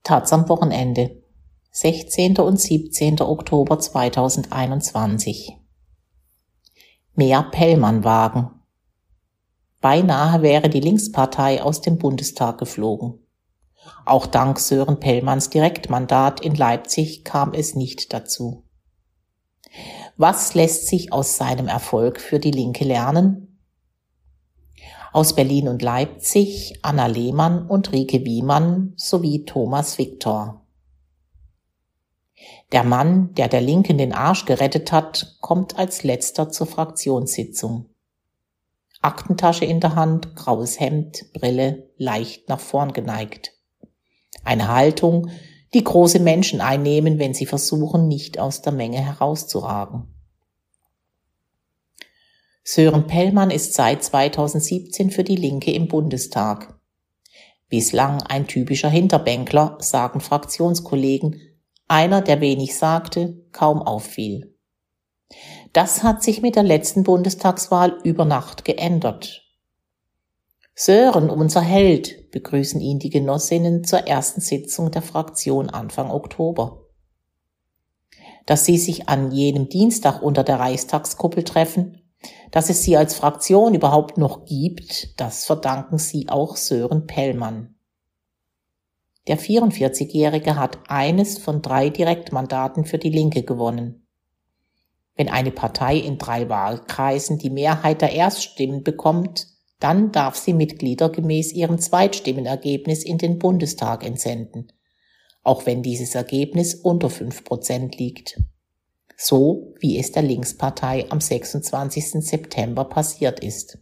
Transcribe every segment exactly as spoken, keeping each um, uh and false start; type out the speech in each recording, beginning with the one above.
Taz am Wochenende, sechzehnter und siebzehnter Oktober zweitausendeinundzwanzig. Mehr Pellmann-Wagen. Beinahe wäre die Linkspartei aus dem Bundestag geflogen. Auch dank Sören Pellmanns Direktmandat in Leipzig kam es nicht dazu. Was lässt sich aus seinem Erfolg für die Linke lernen? Aus Berlin und Leipzig Anna Lehmann und Rike Wiemann sowie Thomas Viktor. Der Mann, der der Linken den Arsch gerettet hat, kommt als letzter zur Fraktionssitzung. Aktentasche in der Hand, graues Hemd, Brille, leicht nach vorn geneigt. Eine Haltung, die große Menschen einnehmen, wenn sie versuchen, nicht aus der Menge herauszuragen. Sören Pellmann ist seit zweitausendsiebzehn für die Linke im Bundestag. Bislang ein typischer Hinterbänkler, sagen Fraktionskollegen, einer, der wenig sagte, kaum auffiel. Das hat sich mit der letzten Bundestagswahl über Nacht geändert. Sören, unser Held, begrüßen ihn die Genossinnen zur ersten Sitzung der Fraktion Anfang Oktober. Dass sie sich an jenem Dienstag unter der Reichstagskuppel treffen, dass es sie als Fraktion überhaupt noch gibt, das verdanken sie auch Sören Pellmann. Der vierundvierzigjährige hat eines von drei Direktmandaten für die Linke gewonnen. Wenn eine Partei in drei Wahlkreisen die Mehrheit der Erststimmen bekommt, dann darf sie Mitglieder gemäß ihrem Zweitstimmenergebnis in den Bundestag entsenden, auch wenn dieses Ergebnis unter fünf Prozent liegt. So wie es der Linkspartei am sechsundzwanzigsten September passiert ist.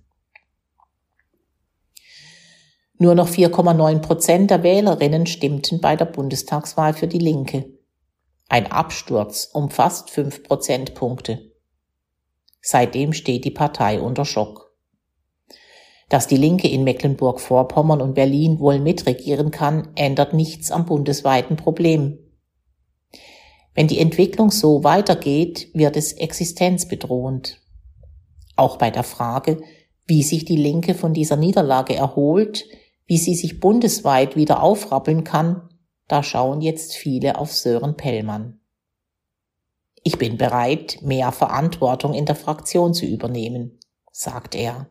Nur noch vier Komma neun Prozent der Wählerinnen stimmten bei der Bundestagswahl für die Linke. Ein Absturz um fast fünf Prozentpunkte. Seitdem steht die Partei unter Schock. Dass die Linke in Mecklenburg-Vorpommern und Berlin wohl mitregieren kann, ändert nichts am bundesweiten Problem. Wenn die Entwicklung so weitergeht, wird es existenzbedrohend. Auch bei der Frage, wie sich die Linke von dieser Niederlage erholt, wie sie sich bundesweit wieder aufrappeln kann, da schauen jetzt viele auf Sören Pellmann. Ich bin bereit, mehr Verantwortung in der Fraktion zu übernehmen, sagt er.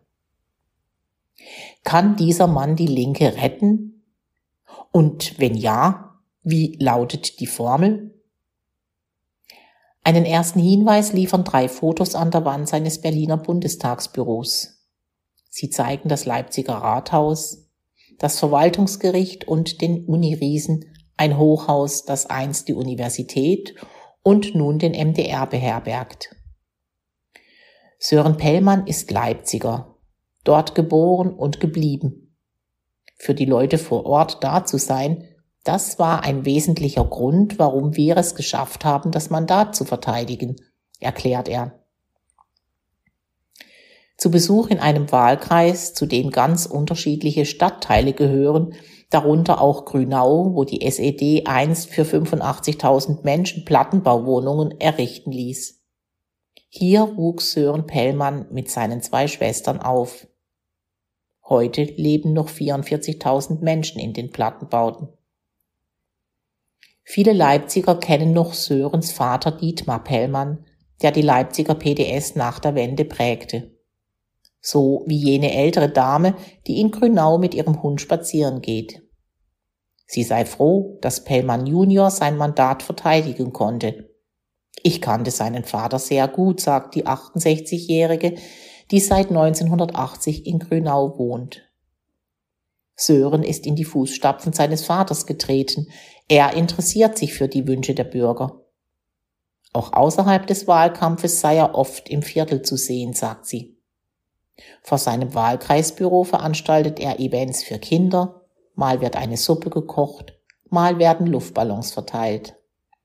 Kann dieser Mann die Linke retten? Und wenn ja, wie lautet die Formel? Einen ersten Hinweis liefern drei Fotos an der Wand seines Berliner Bundestagsbüros. Sie zeigen das Leipziger Rathaus, das Verwaltungsgericht und den Uniriesen, ein Hochhaus, das einst die Universität und nun den M D R beherbergt. Sören Pellmann ist Leipziger, dort geboren und geblieben. Für die Leute vor Ort da zu sein, das war ein wesentlicher Grund, warum wir es geschafft haben, das Mandat zu verteidigen, erklärt er. Zu Besuch in einem Wahlkreis, zu dem ganz unterschiedliche Stadtteile gehören, darunter auch Grünau, wo die S E D einst für fünfundachtzigtausend Menschen Plattenbauwohnungen errichten ließ. Hier wuchs Sören Pellmann mit seinen zwei Schwestern auf. Heute leben noch vierundvierzigtausend Menschen in den Plattenbauten. Viele Leipziger kennen noch Sörens Vater Dietmar Pellmann, der die Leipziger P D S nach der Wende prägte. So wie jene ältere Dame, die in Grünau mit ihrem Hund spazieren geht. Sie sei froh, dass Pellmann Junior sein Mandat verteidigen konnte. Ich kannte seinen Vater sehr gut, sagt die achtundsechzigjährige, die seit neunzehnhundertachtzig in Grünau wohnt. Sören ist in die Fußstapfen seines Vaters getreten. Er interessiert sich für die Wünsche der Bürger. Auch außerhalb des Wahlkampfes sei er oft im Viertel zu sehen, sagt sie. Vor seinem Wahlkreisbüro veranstaltet er Events für Kinder, mal wird eine Suppe gekocht, mal werden Luftballons verteilt.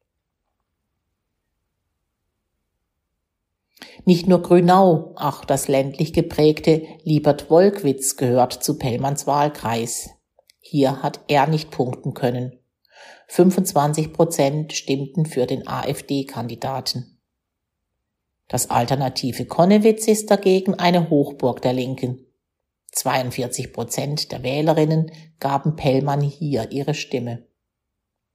Nicht nur Grünau, auch das ländlich geprägte Liebert-Wolkwitz gehört zu Pellmanns Wahlkreis. Hier hat er nicht punkten können. fünfundzwanzig Prozent stimmten für den AfD-Kandidaten. Das alternative Connewitz ist dagegen eine Hochburg der Linken. zweiundvierzig Prozent der Wählerinnen gaben Pellmann hier ihre Stimme.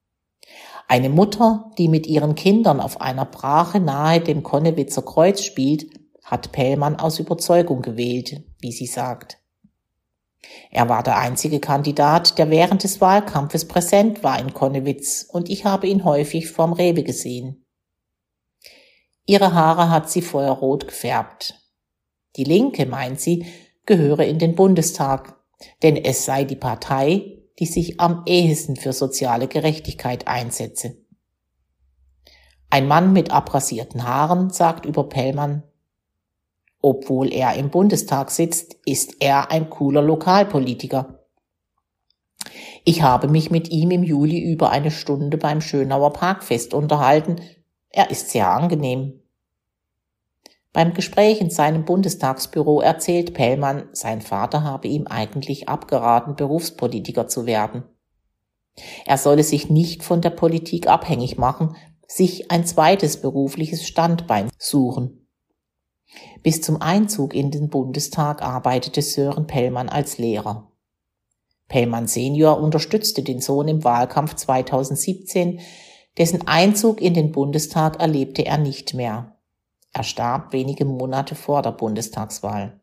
Eine Mutter, die mit ihren Kindern auf einer Brache nahe dem Konnewitzer Kreuz spielt, hat Pellmann aus Überzeugung gewählt, wie sie sagt. Er war der einzige Kandidat, der während des Wahlkampfes präsent war in Konnewitz, und ich habe ihn häufig vorm Rewe gesehen. Ihre Haare hat sie feuerrot gefärbt. Die Linke, meint sie, gehöre in den Bundestag, denn es sei die Partei, die sich am ehesten für soziale Gerechtigkeit einsetze. Ein Mann mit abrasierten Haaren sagt über Pellmann: Obwohl er im Bundestag sitzt, ist er ein cooler Lokalpolitiker. Ich habe mich mit ihm im Juli über eine Stunde beim Schönauer Parkfest unterhalten. Er ist sehr angenehm. Beim Gespräch in seinem Bundestagsbüro erzählt Pellmann, sein Vater habe ihm eigentlich abgeraten, Berufspolitiker zu werden. Er solle sich nicht von der Politik abhängig machen, sich ein zweites berufliches Standbein suchen. Bis zum Einzug in den Bundestag arbeitete Sören Pellmann als Lehrer. Pellmann Senior unterstützte den Sohn im Wahlkampf zweitausendsiebzehn, dessen Einzug in den Bundestag erlebte er nicht mehr. Er starb wenige Monate vor der Bundestagswahl.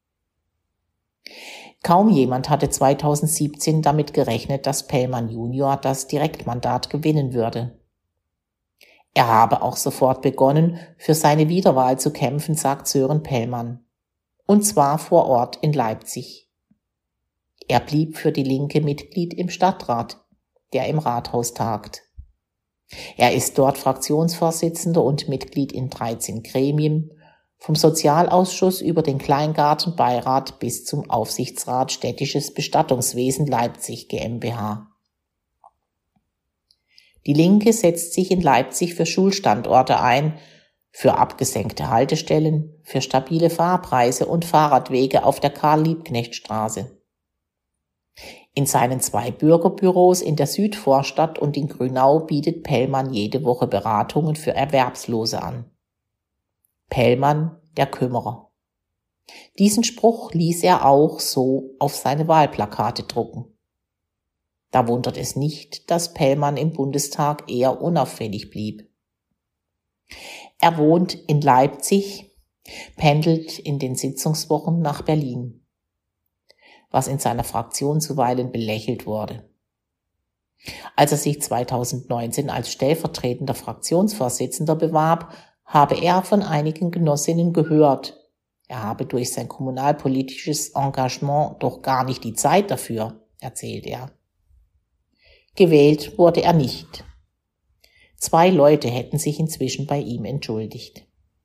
Kaum jemand hatte zweitausendsiebzehn damit gerechnet, dass Pellmann Junior das Direktmandat gewinnen würde. Er habe auch sofort begonnen, für seine Wiederwahl zu kämpfen, sagt Sören Pellmann. Und zwar vor Ort in Leipzig. Er blieb für die Linke Mitglied im Stadtrat, der im Rathaus tagt. Er ist dort Fraktionsvorsitzender und Mitglied in dreizehn Gremien, vom Sozialausschuss über den Kleingartenbeirat bis zum Aufsichtsrat Städtisches Bestattungswesen Leipzig GmbH. Die Linke setzt sich in Leipzig für Schulstandorte ein, für abgesenkte Haltestellen, für stabile Fahrpreise und Fahrradwege auf der Karl-Liebknecht-Straße. In seinen zwei Bürgerbüros in der Südvorstadt und in Grünau bietet Pellmann jede Woche Beratungen für Erwerbslose an. Pellmann, der Kümmerer. Diesen Spruch ließ er auch so auf seine Wahlplakate drucken. Da wundert es nicht, dass Pellmann im Bundestag eher unauffällig blieb. Er wohnt in Leipzig, pendelt in den Sitzungswochen nach Berlin, was in seiner Fraktion zuweilen belächelt wurde. Als er sich zweitausendneunzehn als stellvertretender Fraktionsvorsitzender bewarb, habe er von einigen Genossinnen gehört, er habe durch sein kommunalpolitisches Engagement doch gar nicht die Zeit dafür, erzählt er. Gewählt wurde er nicht. Zwei Leute hätten sich inzwischen bei ihm entschuldigt.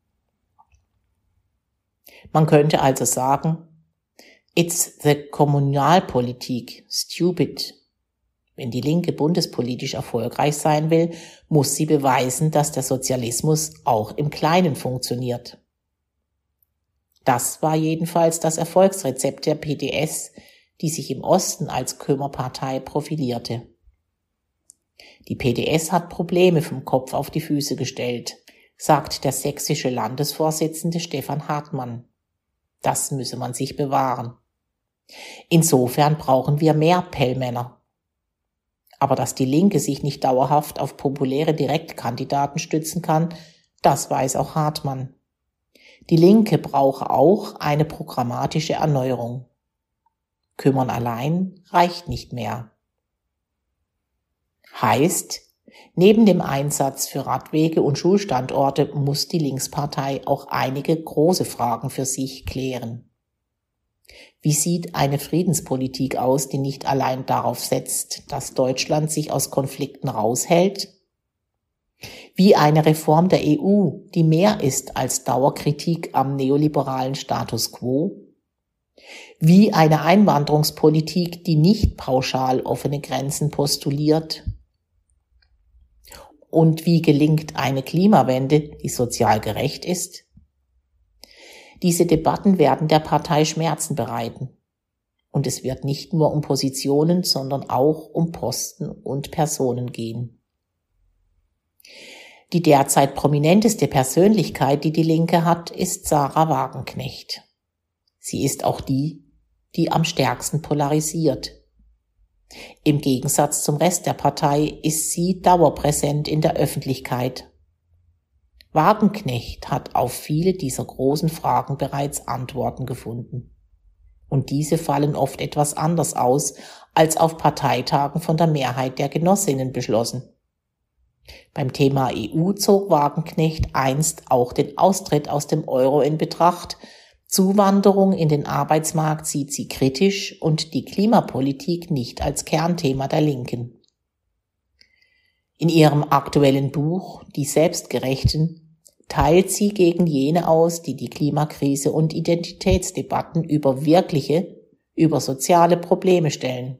Man könnte also sagen, it's the Kommunalpolitik, stupid. Wenn die Linke bundespolitisch erfolgreich sein will, muss sie beweisen, dass der Sozialismus auch im Kleinen funktioniert. Das war jedenfalls das Erfolgsrezept der P D S, die sich im Osten als Kümmerpartei profilierte. Die P D S hat Probleme vom Kopf auf die Füße gestellt, sagt der sächsische Landesvorsitzende Stefan Hartmann. Das müsse man sich bewahren. Insofern brauchen wir mehr Pellmänner. Aber dass die Linke sich nicht dauerhaft auf populäre Direktkandidaten stützen kann, das weiß auch Hartmann. Die Linke brauche auch eine programmatische Erneuerung. Kümmern allein reicht nicht mehr. Heißt, neben dem Einsatz für Radwege und Schulstandorte muss die Linkspartei auch einige große Fragen für sich klären. Wie sieht eine Friedenspolitik aus, die nicht allein darauf setzt, dass Deutschland sich aus Konflikten raushält? Wie eine Reform der E U, die mehr ist als Dauerkritik am neoliberalen Status quo? Wie eine Einwanderungspolitik, die nicht pauschal offene Grenzen postuliert? Und wie gelingt eine Klimawende, die sozial gerecht ist? Diese Debatten werden der Partei Schmerzen bereiten. Und es wird nicht nur um Positionen, sondern auch um Posten und Personen gehen. Die derzeit prominenteste Persönlichkeit, die die Linke hat, ist Sarah Wagenknecht. Sie ist auch die, die am stärksten polarisiert. Im Gegensatz zum Rest der Partei ist sie dauerpräsent in der Öffentlichkeit. Wagenknecht hat auf viele dieser großen Fragen bereits Antworten gefunden. Und diese fallen oft etwas anders aus, als auf Parteitagen von der Mehrheit der Genossinnen beschlossen. Beim Thema E U zog Wagenknecht einst auch den Austritt aus dem Euro in Betracht. Zuwanderung in den Arbeitsmarkt sieht sie kritisch und die Klimapolitik nicht als Kernthema der Linken. In ihrem aktuellen Buch Die Selbstgerechten teilt sie gegen jene aus, die die Klimakrise und Identitätsdebatten über wirkliche, über soziale Probleme stellen.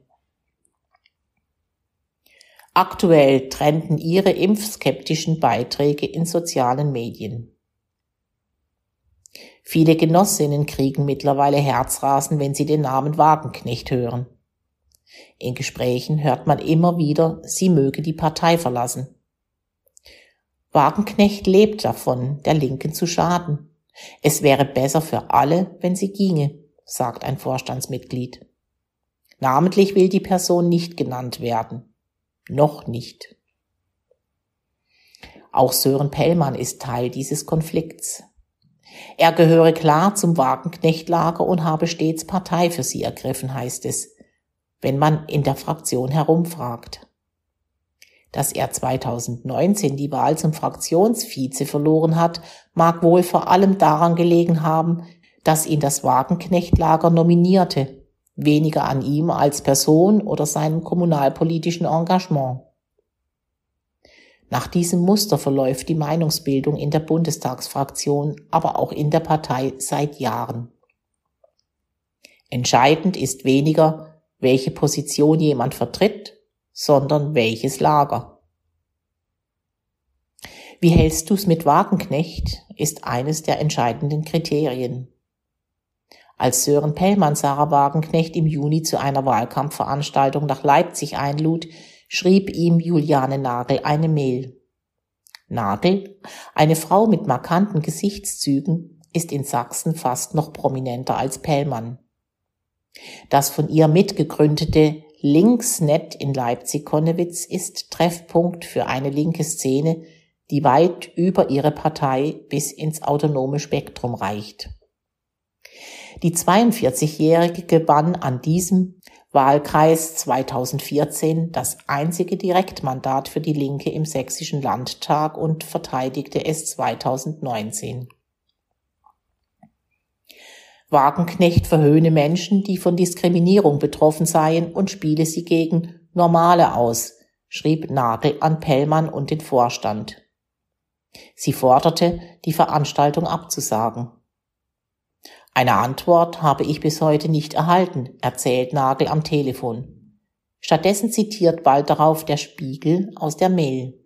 Aktuell trenden ihre impfskeptischen Beiträge in sozialen Medien. Viele Genossinnen kriegen mittlerweile Herzrasen, wenn sie den Namen Wagenknecht hören. In Gesprächen hört man immer wieder, sie möge die Partei verlassen. Wagenknecht lebt davon, der Linken zu schaden. Es wäre besser für alle, wenn sie ginge, sagt ein Vorstandsmitglied. Namentlich will die Person nicht genannt werden. Noch nicht. Auch Sören Pellmann ist Teil dieses Konflikts. Er gehöre klar zum Wagenknecht-Lager und habe stets Partei für sie ergriffen, heißt es, wenn man in der Fraktion herumfragt. Dass er zweitausendneunzehn die Wahl zum Fraktionsvize verloren hat, mag wohl vor allem daran gelegen haben, dass ihn das Wagenknecht-Lager nominierte, weniger an ihm als Person oder seinem kommunalpolitischen Engagement. Nach diesem Muster verläuft die Meinungsbildung in der Bundestagsfraktion, aber auch in der Partei seit Jahren. Entscheidend ist weniger, welche Position jemand vertritt, sondern welches Lager. Wie hältst du's mit Wagenknecht, ist eines der entscheidenden Kriterien. Als Sören Pellmann Sarah Wagenknecht im Juni zu einer Wahlkampfveranstaltung nach Leipzig einlud, schrieb ihm Juliane Nagel eine Mail. Nagel, eine Frau mit markanten Gesichtszügen, ist in Sachsen fast noch prominenter als Pellmann. Das von ihr mitgegründete Linksnet in Leipzig-Konnewitz ist Treffpunkt für eine linke Szene, die weit über ihre Partei bis ins autonome Spektrum reicht. Die zweiundvierzigjährige gewann an diesem Wahlkreis zweitausendvierzehn das einzige Direktmandat für die Linke im Sächsischen Landtag und verteidigte es zweitausendneunzehn. Wagenknecht verhöhne Menschen, die von Diskriminierung betroffen seien, und spiele sie gegen Normale aus, schrieb Nagel an Pellmann und den Vorstand. Sie forderte, die Veranstaltung abzusagen. Eine Antwort habe ich bis heute nicht erhalten, erzählt Nagel am Telefon. Stattdessen zitiert bald darauf der Spiegel aus der Mail.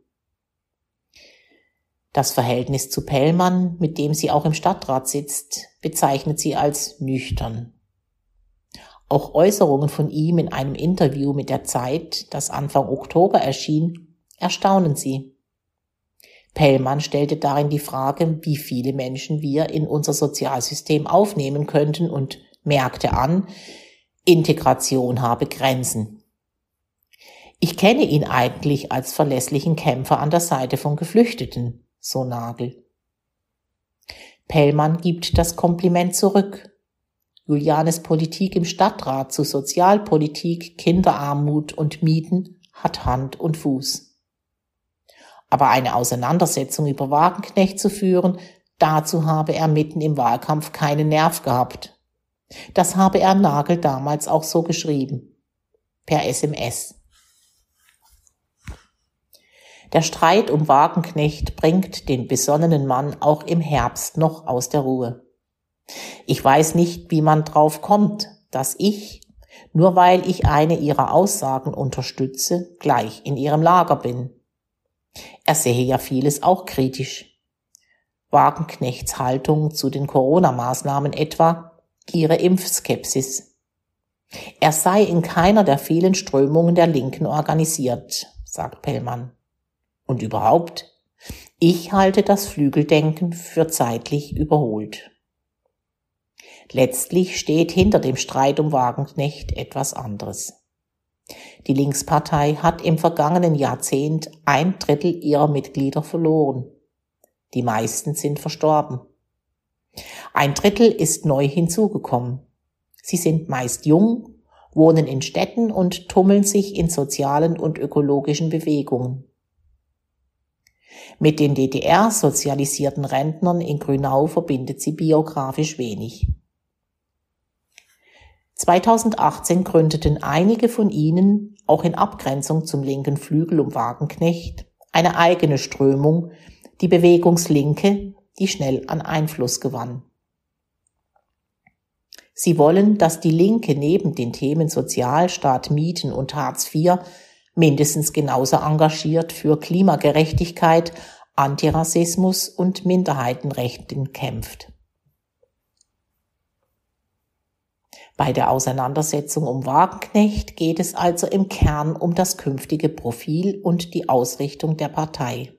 Das Verhältnis zu Pellmann, mit dem sie auch im Stadtrat sitzt, bezeichnet sie als nüchtern. Auch Äußerungen von ihm in einem Interview mit der Zeit, das Anfang Oktober erschien, erstaunen sie. Pellmann stellte darin die Frage, wie viele Menschen wir in unser Sozialsystem aufnehmen könnten, und merkte an, Integration habe Grenzen. Ich kenne ihn eigentlich als verlässlichen Kämpfer an der Seite von Geflüchteten, so Nagel. Pellmann gibt das Kompliment zurück. Julianes Politik im Stadtrat zu Sozialpolitik, Kinderarmut und Mieten hat Hand und Fuß. Aber eine Auseinandersetzung über Wagenknecht zu führen, dazu habe er mitten im Wahlkampf keinen Nerv gehabt. Das habe er Nagel damals auch so geschrieben. Per S M S. Der Streit um Wagenknecht bringt den besonnenen Mann auch im Herbst noch aus der Ruhe. Ich weiß nicht, wie man drauf kommt, dass ich, nur weil ich eine ihrer Aussagen unterstütze, gleich in ihrem Lager bin. Er sehe ja vieles auch kritisch. Wagenknechts Haltung zu den Corona-Maßnahmen etwa, ihre Impfskepsis. Er sei in keiner der vielen Strömungen der Linken organisiert, sagt Pellmann. Und überhaupt, ich halte das Flügeldenken für zeitlich überholt. Letztlich steht hinter dem Streit um Wagenknecht etwas anderes. Die Linkspartei hat im vergangenen Jahrzehnt ein Drittel ihrer Mitglieder verloren. Die meisten sind verstorben. Ein Drittel ist neu hinzugekommen. Sie sind meist jung, wohnen in Städten und tummeln sich in sozialen und ökologischen Bewegungen. Mit den D D R-sozialisierten Rentnern in Grünau verbindet sie biografisch wenig. zweitausendachtzehn gründeten einige von ihnen, auch in Abgrenzung zum linken Flügel um Wagenknecht, eine eigene Strömung, die Bewegungslinke, die schnell an Einfluss gewann. Sie wollen, dass die Linke neben den Themen Sozialstaat, Mieten und Hartz vier mindestens genauso engagiert für Klimagerechtigkeit, Antirassismus und Minderheitenrechten kämpft. Bei der Auseinandersetzung um Wagenknecht geht es also im Kern um das künftige Profil und die Ausrichtung der Partei.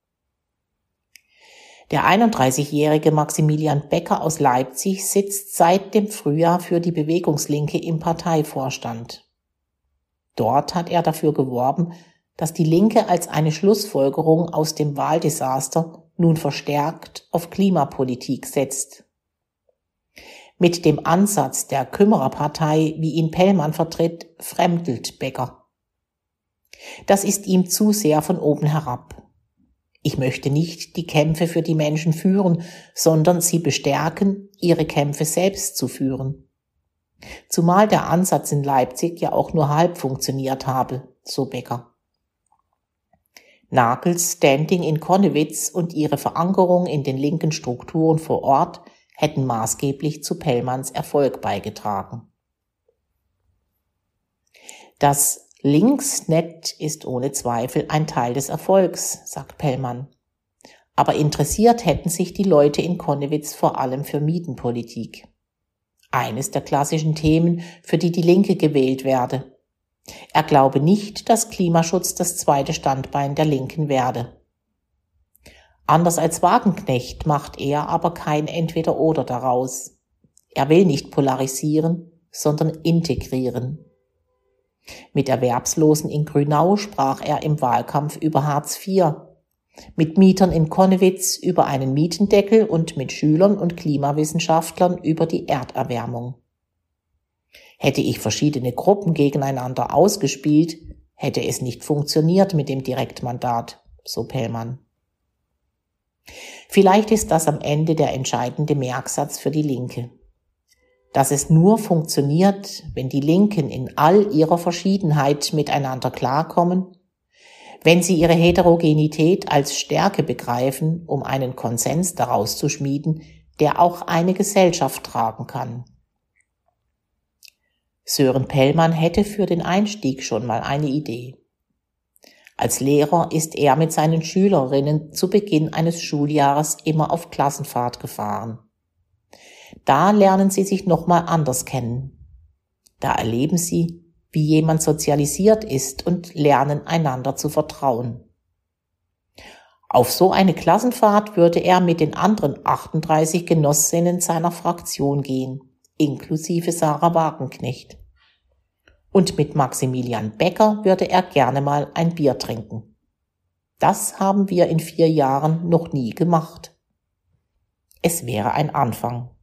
Der einunddreißigjährige Maximilian Becker aus Leipzig sitzt seit dem Frühjahr für die Bewegungslinke im Parteivorstand. Dort hat er dafür geworben, dass die Linke als eine Schlussfolgerung aus dem Wahldesaster nun verstärkt auf Klimapolitik setzt. Mit dem Ansatz der Kümmererpartei, wie ihn Pellmann vertritt, fremdelt Becker. Das ist ihm zu sehr von oben herab. Ich möchte nicht die Kämpfe für die Menschen führen, sondern sie bestärken, ihre Kämpfe selbst zu führen. Zumal der Ansatz in Leipzig ja auch nur halb funktioniert habe, so Becker. Nagels Standing in Connewitz und ihre Verankerung in den linken Strukturen vor Ort hätten maßgeblich zu Pellmanns Erfolg beigetragen. Das Linksnet ist ohne Zweifel ein Teil des Erfolgs, sagt Pellmann. Aber interessiert hätten sich die Leute in Connewitz vor allem für Mietenpolitik. Eines der klassischen Themen, für die die Linke gewählt werde. Er glaube nicht, dass Klimaschutz das zweite Standbein der Linken werde. Anders als Wagenknecht macht er aber kein Entweder-Oder daraus. Er will nicht polarisieren, sondern integrieren. Mit Erwerbslosen in Grünau sprach er im Wahlkampf über Hartz vier, mit Mietern in Connewitz über einen Mietendeckel und mit Schülern und Klimawissenschaftlern über die Erderwärmung. Hätte ich verschiedene Gruppen gegeneinander ausgespielt, hätte es nicht funktioniert mit dem Direktmandat, so Pellmann. Vielleicht ist das am Ende der entscheidende Merksatz für die Linke. Dass es nur funktioniert, wenn die Linken in all ihrer Verschiedenheit miteinander klarkommen, wenn sie ihre Heterogenität als Stärke begreifen, um einen Konsens daraus zu schmieden, der auch eine Gesellschaft tragen kann. Sören Pellmann hätte für den Einstieg schon mal eine Idee. Als Lehrer ist er mit seinen Schülerinnen zu Beginn eines Schuljahres immer auf Klassenfahrt gefahren. Da lernen sie sich nochmal anders kennen. Da erleben sie, wie jemand sozialisiert ist und lernen einander zu vertrauen. Auf so eine Klassenfahrt würde er mit den anderen achtunddreißig Genossinnen seiner Fraktion gehen, inklusive Sarah Wagenknecht. Und mit Maximilian Becker würde er gerne mal ein Bier trinken. Das haben wir in vier Jahren noch nie gemacht. Es wäre ein Anfang.